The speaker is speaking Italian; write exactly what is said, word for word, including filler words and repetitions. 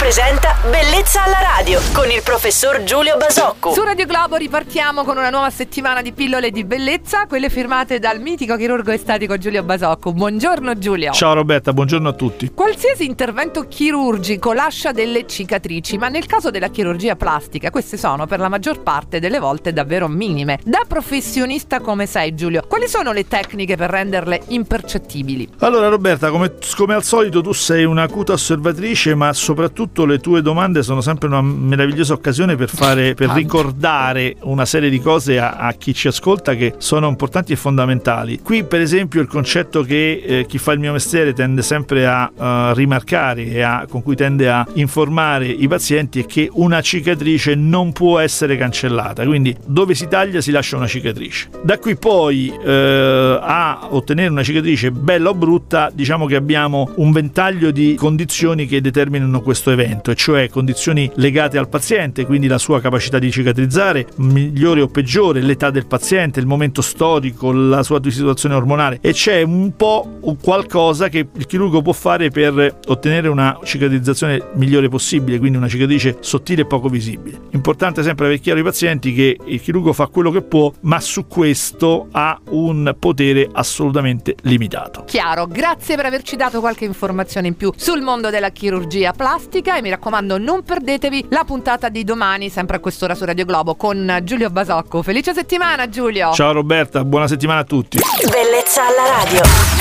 presenta Bellezza alla radio con il professor Giulio Basocco. Su Radio Globo ripartiamo con una nuova settimana di pillole di bellezza, quelle firmate dal mitico chirurgo estetico Giulio Basocco. Buongiorno Giulio. Ciao Roberta, buongiorno a tutti. Qualsiasi intervento chirurgico lascia delle cicatrici, ma nel caso della chirurgia plastica queste sono per la maggior parte delle volte davvero minime. Da professionista come sei Giulio, quali sono le tecniche per renderle impercettibili? Allora Roberta, come, come al solito tu sei un'acuta osservatrice, ma soprattutto le tue domande sono sempre una meravigliosa occasione per fare per ricordare una serie di cose a, a chi ci ascolta che sono importanti e fondamentali. Qui per esempio il concetto che eh, chi fa il mio mestiere tende sempre a uh, rimarcare e a, con cui tende a informare i pazienti è che una cicatrice non può essere cancellata, quindi dove si taglia si lascia una cicatrice. Da qui poi eh, a ottenere una cicatrice bella o brutta, diciamo che abbiamo un ventaglio di condizioni che determinano questo evento, e cioè condizioni legate al paziente, quindi la sua capacità di cicatrizzare, migliore o peggiore, l'età del paziente, il momento storico, la sua situazione ormonale, e c'è un po' qualcosa che il chirurgo può fare per ottenere una cicatrizzazione migliore possibile, quindi una cicatrice sottile e poco visibile. Importante sempre avere chiaro ai pazienti che il chirurgo fa quello che può, ma su questo ha un potere assolutamente limitato. Chiaro, grazie per averci dato qualche informazione in più sul mondo della chirurgia plastica, e mi raccomando non perdetevi la puntata di domani sempre a quest'ora su Radio Globo con Giulio Basocco. Felice settimana Giulio. Ciao Roberta, buona settimana a tutti. Bellezza alla radio.